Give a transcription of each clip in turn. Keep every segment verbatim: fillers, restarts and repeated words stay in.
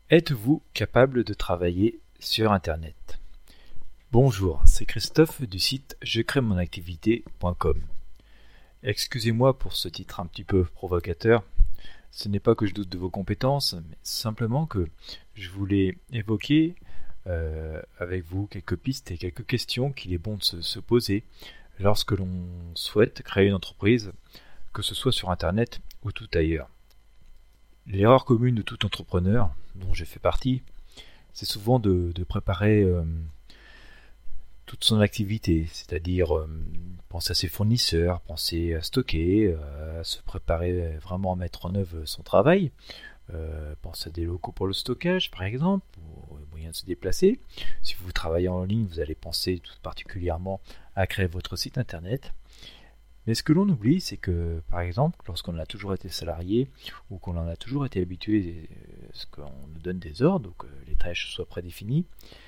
Êtes-vous capable de travailler sur Internet? Bonjour, c'est Christophe du site je crée mon activité point com. Excusez-moi pour ce titre un petit peu provocateur. Ce n'est pas que je doute de vos compétences, mais simplement que je voulais évoquer euh, avec vous quelques pistes et quelques questions qu'il est bon de se, se poser lorsque l'on souhaite créer une entreprise, que ce soit sur Internet ou tout ailleurs. L'erreur commune de tout entrepreneur, dont j'ai fait partie, c'est souvent de, de préparer euh, toute son activité, c'est-à-dire euh, penser à ses fournisseurs, penser à stocker, euh, à se préparer vraiment à mettre en œuvre son travail, euh, penser à des locaux pour le stockage par exemple, ou moyen de se déplacer. Si vous travaillez en ligne, vous allez penser tout particulièrement à créer votre site internet. Mais ce que l'on oublie, c'est que, par exemple, lorsqu'on a toujours été salarié ou qu'on en a toujours été habitué à ce qu'on nous donne des ordres, ou que les tâches soient prédéfinies,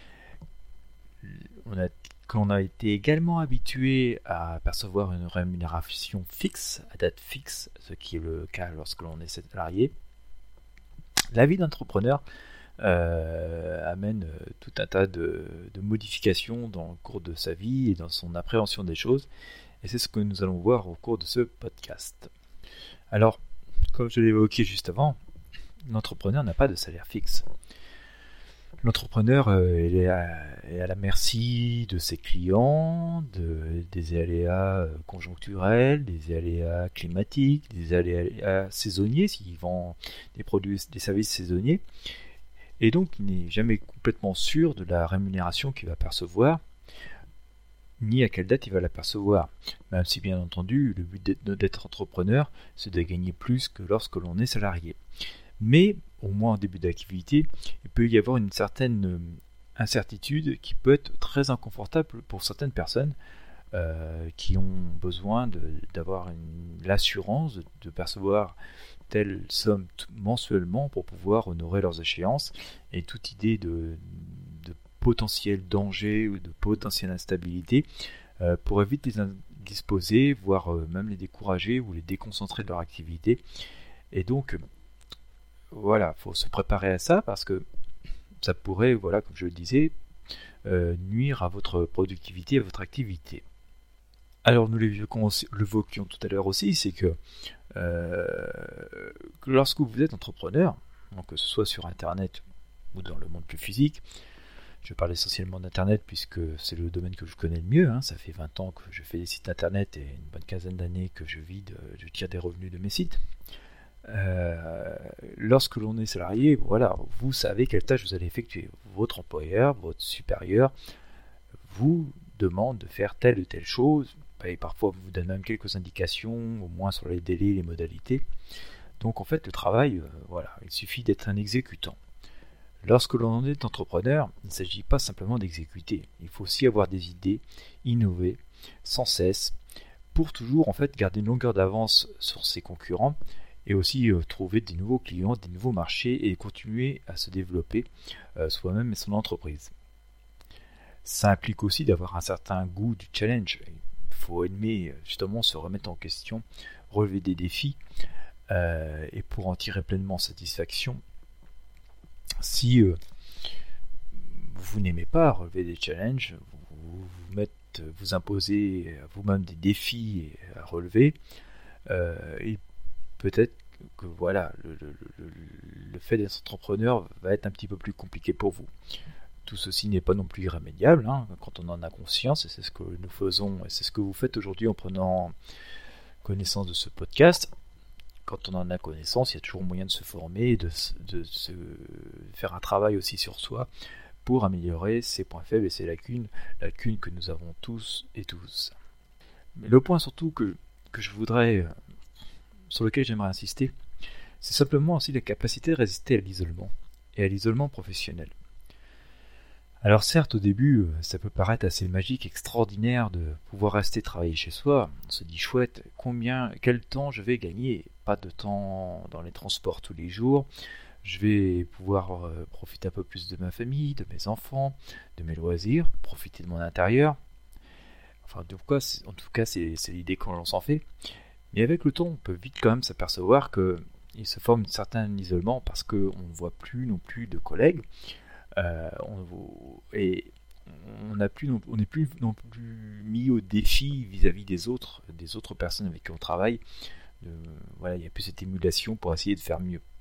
on a, qu'on a été également habitué à percevoir une rémunération fixe, à date fixe, ce qui est le cas lorsque l'on est salarié, la vie d'entrepreneur euh, amène tout un tas de, de modifications dans le cours de sa vie et dans son appréhension des choses. Et c'est ce que nous allons voir au cours de ce podcast. Alors, comme je l'ai évoqué juste avant, l'entrepreneur n'a pas de salaire fixe. L'entrepreneur euh, est, à, est à la merci de ses clients, de, des aléas conjoncturels, des aléas climatiques, des aléas saisonniers, s'il vend des produits, des services saisonniers. Et donc, il n'est jamais complètement sûr de la rémunération qu'il va percevoir, ni à quelle date il va l'apercevoir, même si bien entendu le but d'être entrepreneur c'est de gagner plus que lorsque l'on est salarié. Mais au moins en début d'activité, il peut y avoir une certaine incertitude qui peut être très inconfortable pour certaines personnes euh, qui ont besoin de, d'avoir une, l'assurance de, de percevoir telle somme t- mensuellement pour pouvoir honorer leurs échéances, et toute idée de, de potentiel danger ou de potentielle instabilité euh, pourrait vite les indisposer, voire euh, même les décourager ou les déconcentrer de leur activité. Et donc, euh, voilà, il faut se préparer à ça parce que ça pourrait, voilà, comme je le disais, euh, nuire à votre productivité, à votre activité. Alors, nous l'évoquions tout à l'heure aussi, c'est que euh, lorsque vous êtes entrepreneur, donc que ce soit sur Internet ou dans le monde plus physique, je parle essentiellement d'Internet puisque c'est le domaine que je connais le mieux. Hein. Ça fait vingt ans que je fais des sites Internet et une bonne quinzaine d'années que je vis, de, je tire des revenus de mes sites. Euh, lorsque l'on est salarié, voilà, vous savez quelle tâche vous allez effectuer. Votre employeur, votre supérieur vous demande de faire telle ou telle chose, et parfois vous donne même quelques indications, au moins sur les délais, les modalités. Donc en fait, le travail, euh, voilà, il suffit d'être un exécutant. Lorsque l'on est entrepreneur, il ne s'agit pas simplement d'exécuter, il faut aussi avoir des idées, innover sans cesse, pour toujours en fait garder une longueur d'avance sur ses concurrents, et aussi euh, trouver des nouveaux clients, des nouveaux marchés, et continuer à se développer euh, soi-même et son entreprise. Ça implique aussi d'avoir un certain goût du challenge, il faut aimer justement se remettre en question, relever des défis, euh, et pour en tirer pleinement satisfaction, si euh, vous n'aimez pas relever des challenges, vous vous, mettre, vous imposez à vous-même des défis à relever, euh, et peut-être que voilà, le, le, le, le fait d'être entrepreneur va être un petit peu plus compliqué pour vous. Tout ceci n'est pas non plus irrémédiable, hein, quand on en a conscience, et c'est ce que nous faisons, et c'est ce que vous faites aujourd'hui en prenant connaissance de ce podcast. Quand on en a connaissance, il y a toujours moyen de se former, de, de, de se faire un travail aussi sur soi pour améliorer ses points faibles et ses lacunes, lacunes que nous avons tous et tous. Mais le point surtout que, que je voudrais, sur lequel j'aimerais insister, c'est simplement aussi la capacité de résister à l'isolement et à l'isolement professionnel. Alors certes, au début, ça peut paraître assez magique, extraordinaire de pouvoir rester travailler chez soi. On se dit chouette, combien, quel temps je vais gagner? Pas de temps dans les transports tous les jours. Je vais pouvoir euh, profiter un peu plus de ma famille, de mes enfants, de mes loisirs, profiter de mon intérieur. Enfin, en tout cas, c'est, en tout cas, c'est, c'est l'idée qu'on s'en fait. Mais avec le temps, on peut vite quand même s'apercevoir que il se forme un certain isolement parce qu'on ne voit plus non plus de collègues, euh, on, et on n'a plus, on n'est plus non plus mis au défi vis-à-vis des autres, des autres personnes avec qui on travaille. De, voilà, il n'y a plus cette émulation pour essayer de faire mieux.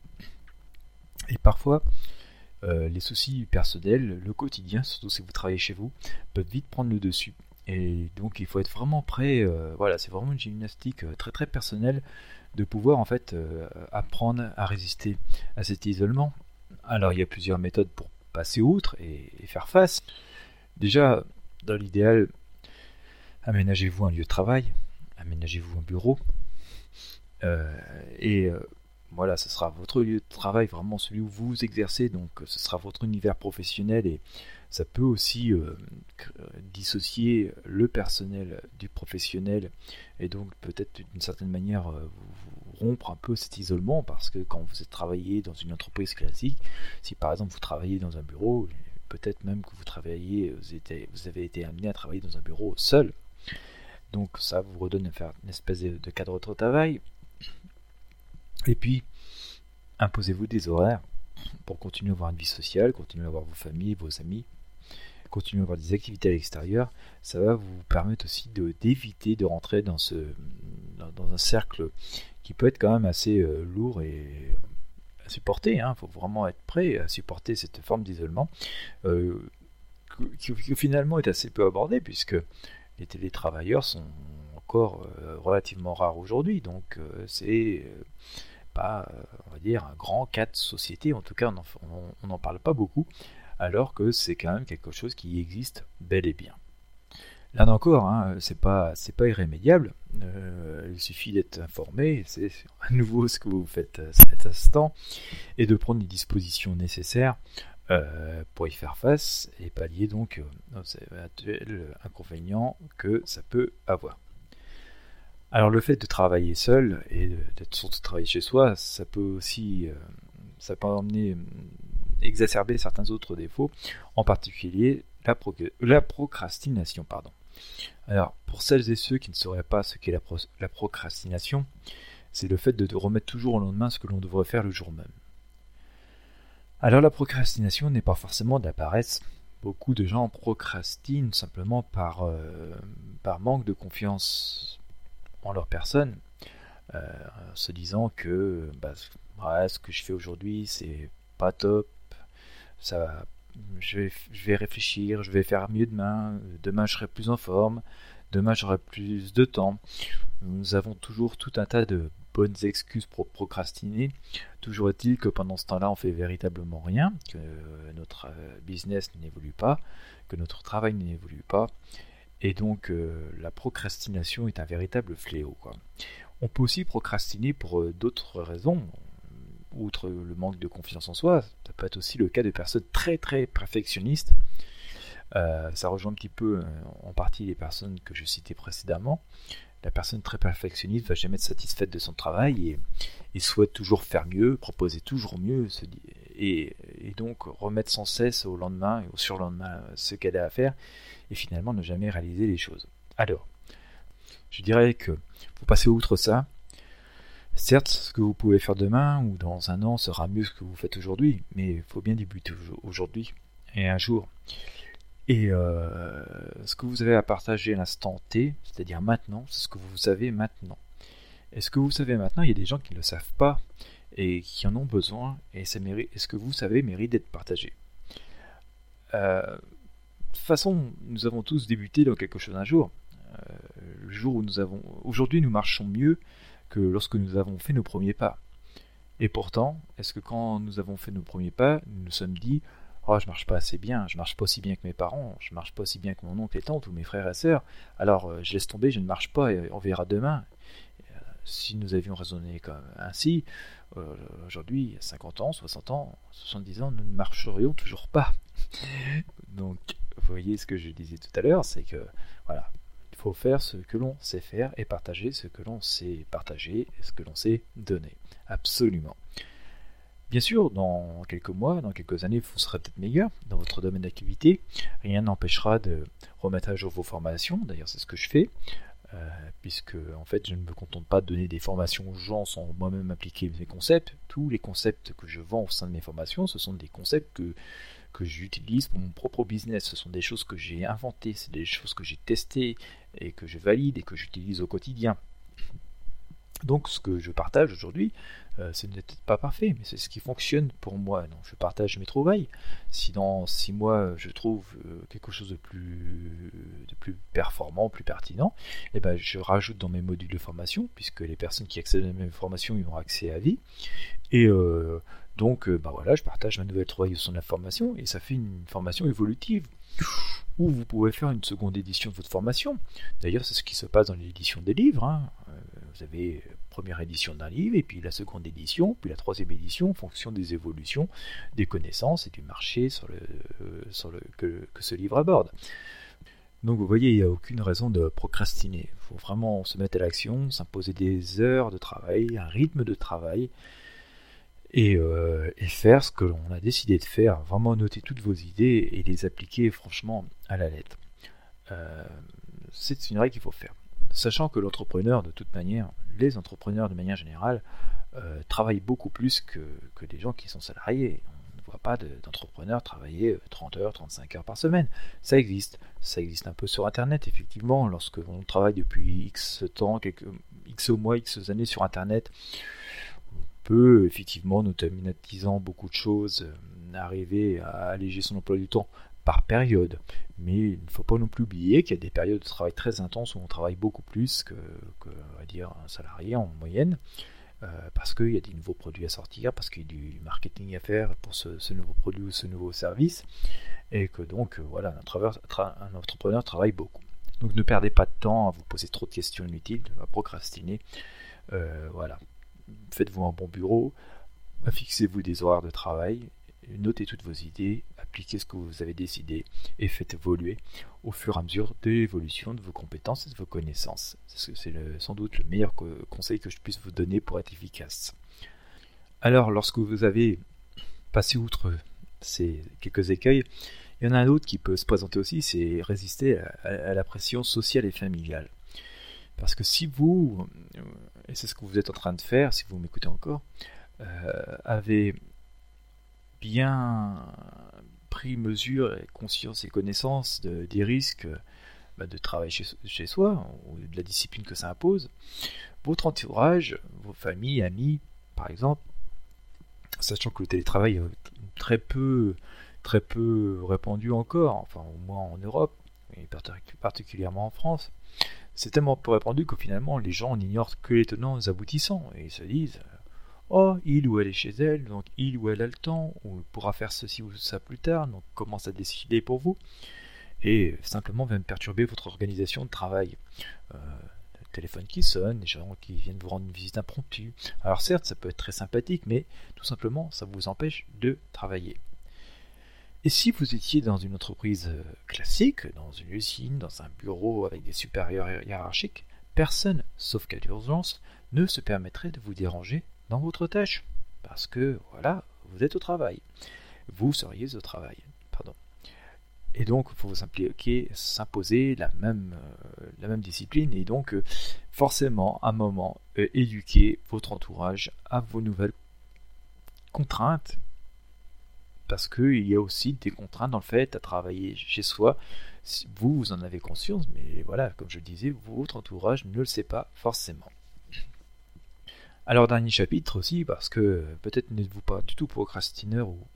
Et parfois, euh, les soucis personnels, le quotidien, surtout si vous travaillez chez vous, peuvent vite prendre le dessus. Et donc il faut être vraiment prêt, euh, voilà, c'est vraiment une gymnastique très très personnelle de pouvoir en fait euh, apprendre à résister à cet isolement. Alors il y a plusieurs méthodes pour passer outre et, et faire face. Déjà, dans l'idéal, aménagez-vous un lieu de travail, aménagez-vous un bureau, euh, et euh, voilà, ce sera votre lieu de travail, vraiment celui où vous vous exercez, donc ce sera votre univers professionnel, et ça peut aussi euh, dissocier le personnel du professionnel, et donc peut-être d'une certaine manière euh, vous, vous rompre un peu cet isolement, parce que quand vous êtes travaillé dans une entreprise classique, si par exemple vous travaillez dans un bureau, peut-être même que vous travaillez, vous, étiez, vous avez été amené à travailler dans un bureau seul, donc ça vous redonne une espèce de cadre de travail. Et puis, imposez-vous des horaires pour continuer à avoir une vie sociale, continuer à avoir vos familles, vos amis, continuer à avoir des activités à l'extérieur. Ça va vous permettre aussi de, d'éviter de rentrer dans, ce, dans, dans un cercle qui peut être quand même assez euh, lourd et à supporter. Il hein. faut vraiment être prêt à supporter cette forme d'isolement euh, qui, qui finalement est assez peu abordée puisque les télétravailleurs sont encore euh, relativement rares aujourd'hui. Donc euh, c'est... Euh, pas, on va dire, un grand cas de société, en tout cas on n'en parle pas beaucoup, alors que c'est quand même quelque chose qui existe bel et bien. Là encore, hein, c'est pas, c'est pas irrémédiable, euh, il suffit d'être informé, c'est à nouveau ce que vous faites à cet instant, et de prendre les dispositions nécessaires euh, pour y faire face, et pallier donc euh, aux éventuels inconvénients que ça peut avoir. Alors le fait de travailler seul et d'être surtout travailler chez soi, ça peut aussi, euh, ça peut emmener, euh, exacerber certains autres défauts, en particulier la, pro- la procrastination. Pardon. Alors pour celles et ceux qui ne sauraient pas ce qu'est la, pro- la procrastination, c'est le fait de, de remettre toujours au lendemain ce que l'on devrait faire le jour même. Alors la procrastination n'est pas forcément de la paresse. Beaucoup de gens procrastinent simplement par, euh, par manque de confiance en leur personne, euh, se disant que bah, ouais, ce que je fais aujourd'hui c'est pas top, ça va, je vais, je vais réfléchir, je vais faire mieux demain, demain je serai plus en forme, demain j'aurai plus de temps. Nous avons toujours tout un tas de bonnes excuses pour procrastiner. Toujours est-il que pendant ce temps-là on fait véritablement rien, que notre business n'évolue pas, que notre travail n'évolue pas. Et donc euh, la procrastination est un véritable fléau, quoi. On peut aussi procrastiner pour euh, d'autres raisons, outre le manque de confiance en soi. Ça peut être aussi le cas de personnes très très perfectionnistes. Euh, ça rejoint un petit peu euh, en partie les personnes que je citais précédemment. La personne très perfectionniste ne va jamais être satisfaite de son travail et, et souhaite toujours faire mieux, proposer toujours mieux, se dit, et, et donc remettre sans cesse au lendemain et au surlendemain ce qu'elle a à faire, et finalement ne jamais réaliser les choses. Alors, je dirais que faut passer outre ça. Certes, ce que vous pouvez faire demain ou dans un an sera mieux que ce que vous faites aujourd'hui, mais il faut bien débuter aujourd'hui et un jour. Et euh, ce que vous avez à partager à l'instant T, c'est-à-dire maintenant, c'est ce que vous savez maintenant. Et ce que vous savez maintenant, il y a des gens qui ne le savent pas et qui en ont besoin, et, ça mérite, et ce que vous savez mérite d'être partagé. Euh, de toute façon, nous avons tous débuté dans quelque chose un jour. Euh, le jour où nous avons... Aujourd'hui, nous marchons mieux que lorsque nous avons fait nos premiers pas. Et pourtant, est-ce que quand nous avons fait nos premiers pas, nous nous sommes dit « Oh, je marche pas assez bien, je marche pas aussi bien que mes parents, je marche pas aussi bien que mon oncle et tante ou mes frères et sœurs, alors euh, je laisse tomber, je ne marche pas et on verra demain. » Si nous avions raisonné comme ainsi, euh, aujourd'hui, à cinquante ans, soixante ans, soixante-dix ans, nous ne marcherions toujours pas. Donc, vous voyez ce que je disais tout à l'heure, c'est que, voilà, il faut faire ce que l'on sait faire et partager ce que l'on sait partager et ce que l'on sait donner. Absolument. Bien sûr, dans quelques mois, dans quelques années, vous serez peut-être meilleur dans votre domaine d'activité. Rien n'empêchera de remettre à jour vos formations, d'ailleurs c'est ce que je fais. euh, puisque en fait je ne me contente pas de donner des formations aux gens sans moi-même appliquer mes concepts. Tous les concepts que je vends au sein de mes formations, ce sont des concepts que, que j'utilise pour mon propre business. Ce sont des choses que j'ai inventées, c'est des choses que j'ai testées et que je valide et que j'utilise au quotidien. Donc ce que je partage aujourd'hui, euh, ce n'est peut-être pas parfait, mais c'est ce qui fonctionne pour moi. Donc je partage mes trouvailles. Si dans six mois je trouve euh, quelque chose de plus, de plus performant, plus pertinent, eh ben, je rajoute dans mes modules de formation, puisque les personnes qui accèdent à mes formations y ont accès à vie. Et euh, donc euh, bah voilà, je partage ma nouvelle trouvaille au sein de la formation, et ça fait une formation évolutive. Ou vous pouvez faire une seconde édition de votre formation. D'ailleurs, c'est ce qui se passe dans l'édition des livres. Hein. Vous avez la première édition d'un livre, et puis la seconde édition, puis la troisième édition, en fonction des évolutions, des connaissances et du marché sur le, euh, sur le, que, que ce livre aborde. Donc vous voyez, il n'y a aucune raison de procrastiner. Il faut vraiment se mettre à l'action, s'imposer des heures de travail, un rythme de travail, Et, euh, et faire ce que l'on a décidé de faire, vraiment noter toutes vos idées et les appliquer franchement à la lettre. Euh, c'est une règle qu'il faut faire. Sachant que l'entrepreneur, de toute manière, les entrepreneurs de manière générale, euh, travaillent beaucoup plus que, que des gens qui sont salariés. On ne voit pas de, d'entrepreneurs travailler trente heures, trente-cinq heures par semaine. Ça existe. Ça existe un peu sur Internet, effectivement. Lorsque l'on travaille depuis X temps, quelques, X mois, X années sur Internet, peut effectivement, en automatisant beaucoup de choses, euh, arriver à alléger son emploi du temps par période. Mais il ne faut pas non plus oublier qu'il y a des périodes de travail très intenses où on travaille beaucoup plus que, que on va dire, un salarié en moyenne, euh, parce qu'il y a des nouveaux produits à sortir, parce qu'il y a du marketing à faire pour ce, ce nouveau produit ou ce nouveau service, et que donc, euh, voilà, un, travers, tra- un entrepreneur travaille beaucoup. Donc ne perdez pas de temps à vous poser trop de questions inutiles, à procrastiner. Euh, voilà. Faites-vous un bon bureau, fixez-vous des horaires de travail, notez toutes vos idées, appliquez ce que vous avez décidé et faites évoluer au fur et à mesure de l'évolution de vos compétences et de vos connaissances. C'est le, sans doute le meilleur co- conseil que je puisse vous donner pour être efficace. Alors, lorsque vous avez passé outre ces quelques écueils, il y en a un autre qui peut se présenter aussi, c'est résister à, à, à la pression sociale et familiale. Parce que si vous, et c'est ce que vous êtes en train de faire, si vous m'écoutez encore, euh, avez bien pris mesure, et conscience et connaissance de, des risques bah, de travailler chez, chez soi, ou de la discipline que ça impose, votre entourage, vos familles, amis, par exemple, sachant que le télétravail est très peu, très peu répandu encore, enfin au moins en Europe, et particulièrement en France, c'est tellement peu répandu que finalement les gens n'ignorent que les tenants et les aboutissants et ils se disent oh, il ou elle est chez elle, donc il ou elle a le temps, ou pourra faire ceci ou ça plus tard, donc commence à décider pour vous et simplement vient perturber votre organisation de travail. Euh, le téléphone qui sonne, les gens qui viennent vous rendre une visite impromptue. Alors certes, ça peut être très sympathique, mais tout simplement, ça vous empêche de travailler. Et si vous étiez dans une entreprise classique, dans une usine, dans un bureau avec des supérieurs hiérarchiques, personne, sauf cas d'urgence, ne se permettrait de vous déranger dans votre tâche. Parce que, voilà, vous êtes au travail. Vous seriez au travail. Pardon. Et donc, il faut vous impliquer, s'imposer la même, euh, la même discipline et donc, euh, forcément, à un moment, euh, éduquer votre entourage à vos nouvelles contraintes. Parce qu'il y a aussi des contraintes dans le fait à travailler chez soi. Vous, vous en avez conscience, mais voilà, comme je le disais, votre entourage ne le sait pas forcément. Alors, dernier chapitre aussi, parce que peut-être n'êtes-vous pas du tout procrastineur ou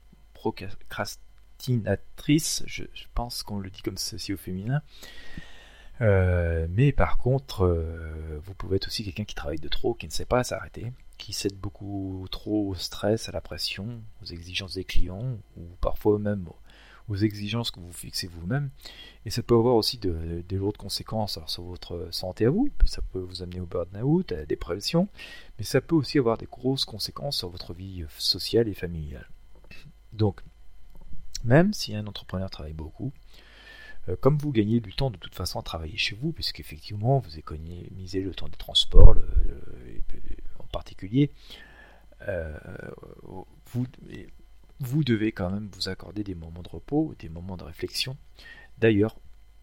procrastinatrice, je, je pense qu'on le dit comme ceci au féminin. Euh, mais par contre, euh, vous pouvez être aussi quelqu'un qui travaille de trop, qui ne sait pas s'arrêter, qui cède beaucoup trop au stress, à la pression, aux exigences des clients, ou parfois même aux exigences que vous fixez vous-même. Et ça peut avoir aussi de, de, de lourdes conséquences alors, sur votre santé à vous, puis ça peut vous amener au burn-out, à la dépression, mais ça peut aussi avoir des grosses conséquences sur votre vie sociale et familiale. Donc, même si un entrepreneur travaille beaucoup, Euh, comme vous gagnez du temps de toute façon à travailler chez vous, puisqu'effectivement vous économisez le temps des transports, le, le, en particulier, euh, vous, vous devez quand même vous accorder des moments de repos, des moments de réflexion. D'ailleurs,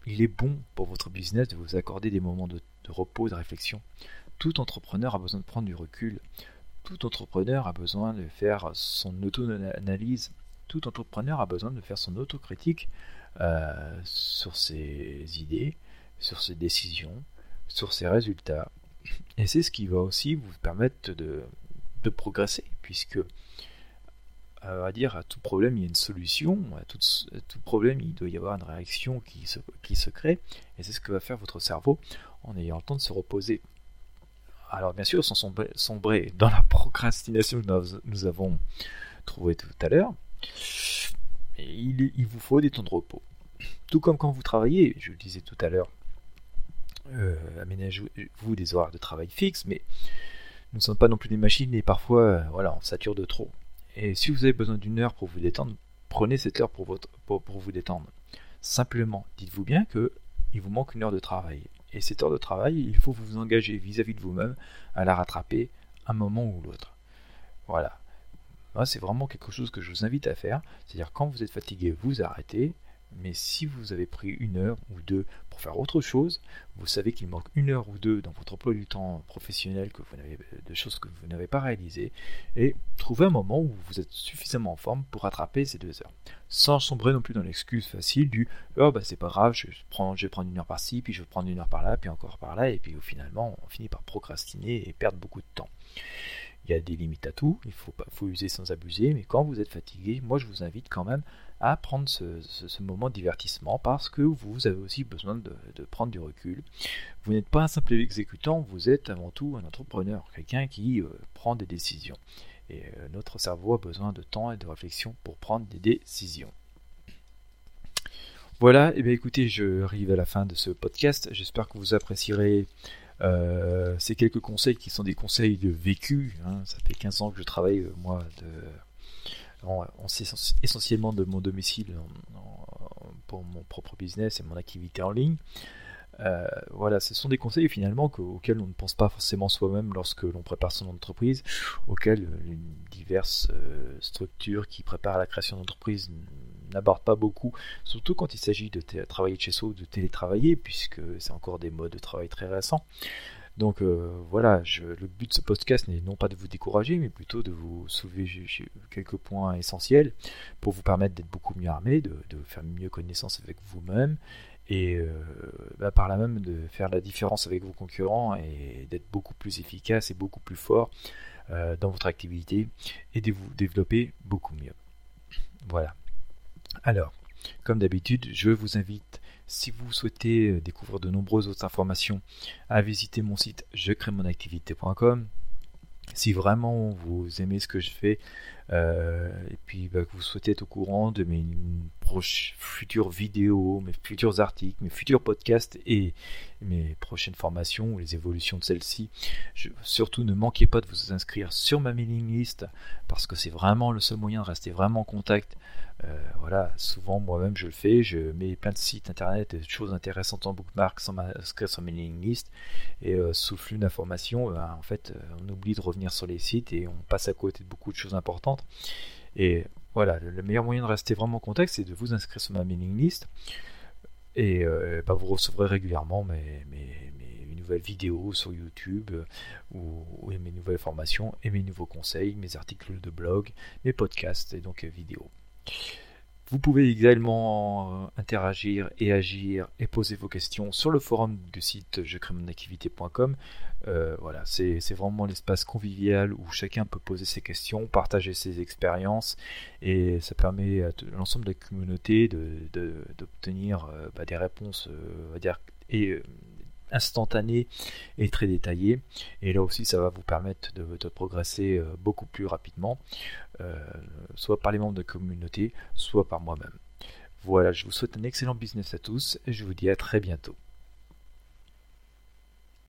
il est bon pour votre business de vous accorder des moments de, de repos, de réflexion. Tout entrepreneur a besoin de prendre du recul. Tout entrepreneur a besoin de faire son auto-analyse. Tout entrepreneur a besoin de faire son autocritique euh, sur ses idées, sur ses décisions, sur ses résultats. Et c'est ce qui va aussi vous permettre de, de progresser, puisque on va dire à tout problème il y a une solution, à tout, à tout problème il doit y avoir une réaction qui se, qui se crée, et c'est ce que va faire votre cerveau en ayant le temps de se reposer. Alors bien sûr, sans sombrer, sombrer dans la procrastination que nous, nous avons trouvé tout à l'heure, il, il vous faut des temps de repos. Tout comme quand vous travaillez, je le disais tout à l'heure, euh, aménagez-vous des horaires de travail fixes, mais nous ne sommes pas non plus des machines et parfois euh, voilà, on sature de trop. Et si vous avez besoin d'une heure pour vous détendre, prenez cette heure pour, votre, pour, pour vous détendre. Simplement, dites-vous bien qu'il vous manque une heure de travail. Et cette heure de travail, il faut vous engager vis-à-vis de vous-même à la rattraper un moment ou l'autre. Voilà. Moi, c'est vraiment quelque chose que je vous invite à faire. C'est-à-dire, quand vous êtes fatigué, vous arrêtez. Mais si vous avez pris une heure ou deux pour faire autre chose, vous savez qu'il manque une heure ou deux dans votre emploi du temps professionnel, que vous n'avez, de choses que vous n'avez pas réalisées, et trouvez un moment où vous êtes suffisamment en forme pour rattraper ces deux heures. Sans sombrer non plus dans l'excuse facile du « oh bah c'est pas grave, je, prends, je vais prendre une heure par-ci, puis je vais prendre une heure par-là, puis encore par-là », et puis finalement on finit par procrastiner et perdre beaucoup de temps. Il y a des limites à tout, il faut, pas, faut user sans abuser, mais quand vous êtes fatigué, moi je vous invite quand même à prendre ce, ce, ce moment de divertissement parce que vous avez aussi besoin de, de prendre du recul. Vous n'êtes pas un simple exécutant, vous êtes avant tout un entrepreneur, quelqu'un qui euh, prend des décisions. Et euh, notre cerveau a besoin de temps et de réflexion pour prendre des décisions. Voilà, et bien écoutez, je arrive à la fin de ce podcast. J'espère que vous apprécierez euh, ces quelques conseils qui sont des conseils de vécu. Hein. Ça fait quinze ans que je travaille, euh, moi, de... On, on sait essentiellement de mon domicile en, en, pour mon propre business et mon activité en ligne. Euh, voilà, ce sont des conseils finalement que, auxquels on ne pense pas forcément soi-même lorsque l'on prépare son entreprise, auxquels les diverses euh, structures qui préparent la création d'entreprise n'abordent pas beaucoup, surtout quand il s'agit de t- travailler de chez soi ou de télétravailler, puisque c'est encore des modes de travail très récents. Donc euh, voilà, je, le but de ce podcast n'est non pas de vous décourager, mais plutôt de vous soulever quelques points essentiels pour vous permettre d'être beaucoup mieux armé, de, de faire mieux connaissance avec vous-même, et euh, bah, par là même de faire la différence avec vos concurrents et d'être beaucoup plus efficace et beaucoup plus fort euh, dans votre activité et de vous développer beaucoup mieux. Voilà. Alors, comme d'habitude, je vous invite, si vous souhaitez découvrir de nombreuses autres informations, à visiter mon site je crée mon activité point com. Si vraiment vous aimez ce que je fais euh, et puis bah, que vous souhaitez être au courant de mes proches, futures vidéos, mes futurs articles, mes futurs podcasts et mes prochaines formations ou les évolutions de celles-ci, je, surtout ne manquez pas de vous inscrire sur ma mailing list parce que c'est vraiment le seul moyen de rester vraiment en contact. Euh, voilà, souvent moi-même je le fais, je mets plein de sites internet et de choses intéressantes en bookmark sans m'inscrire sur ma mailing list et euh, sous flux d'informations, euh, en fait, euh, on oublie de revenir sur les sites et on passe à côté de beaucoup de choses importantes. Et voilà, le, le meilleur moyen de rester vraiment en contact, c'est de vous inscrire sur ma mailing list et euh, bah, vous recevrez régulièrement mes, mes, mes nouvelles vidéos sur YouTube euh, ou, ou mes nouvelles formations et mes nouveaux conseils, mes articles de blog, mes podcasts et donc euh, vidéos. Vous pouvez également interagir et agir et poser vos questions sur le forum du site je crée mon activité point com. Euh, voilà, c'est, c'est vraiment l'espace convivial où chacun peut poser ses questions, partager ses expériences et ça permet à l'ensemble de la communauté de, de, d'obtenir euh, bah, des réponses euh, on va dire, et, euh, instantanées et très détaillées. Et là aussi, ça va vous permettre de, de progresser euh, beaucoup plus rapidement. Euh, soit par les membres de la communauté, soit par moi-même. Voilà, je vous souhaite un excellent business à tous et je vous dis à très bientôt.